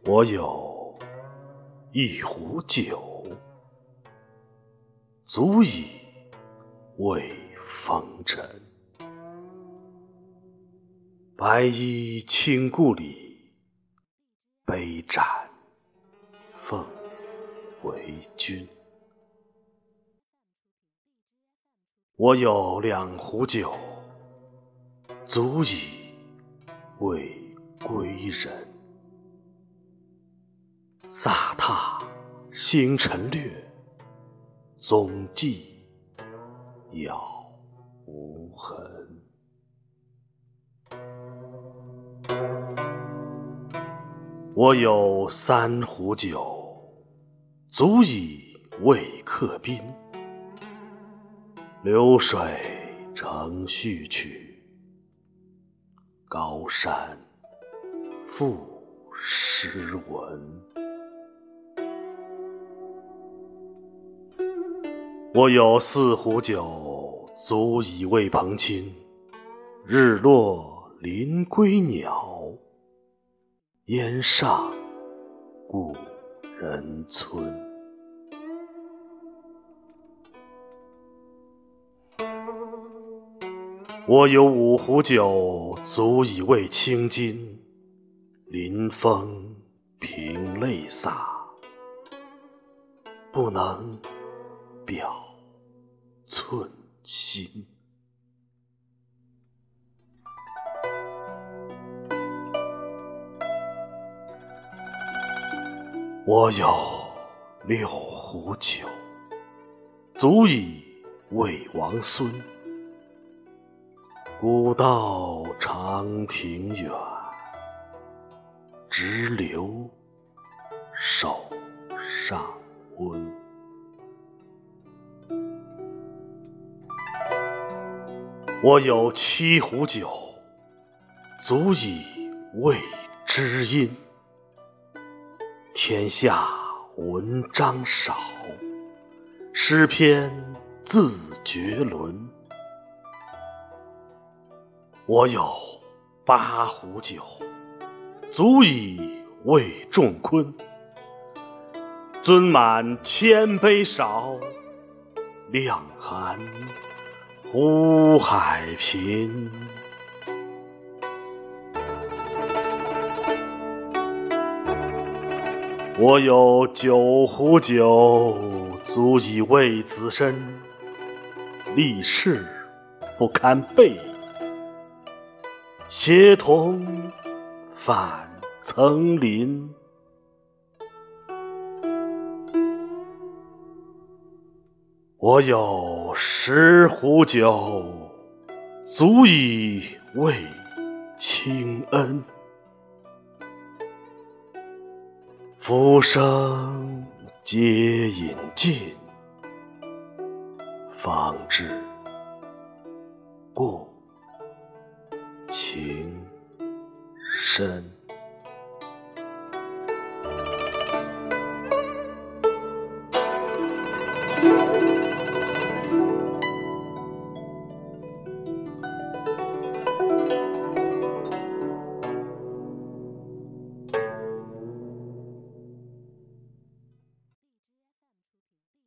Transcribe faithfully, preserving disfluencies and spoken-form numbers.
我有一壶酒，足以慰风尘。白衣卿故里，杯盏奉为君。我有两壶酒，足以慰归人。飒沓星辰掠，踪迹杳无痕。我有三壶酒，足以慰客宾。流水成序曲，高山赋诗文。我有四壶酒，足以慰朋亲。日落临归鸟，烟上故人村。我有五壶酒，足以慰青筋。临风凭泪洒，不能表寸心。我有六壶酒，足以慰王孙。古道长亭远，直流手上温。我有七壶酒，足以慰知音。天下文章少，诗篇自绝伦。我有八壶酒，足以慰仲昆。樽满千杯少，两寒湖海平。我有九壶酒，足以慰子身。立世不堪背，协同返层林。我有十壶酒，足以慰卿恩。浮生皆饮尽，方知故情深。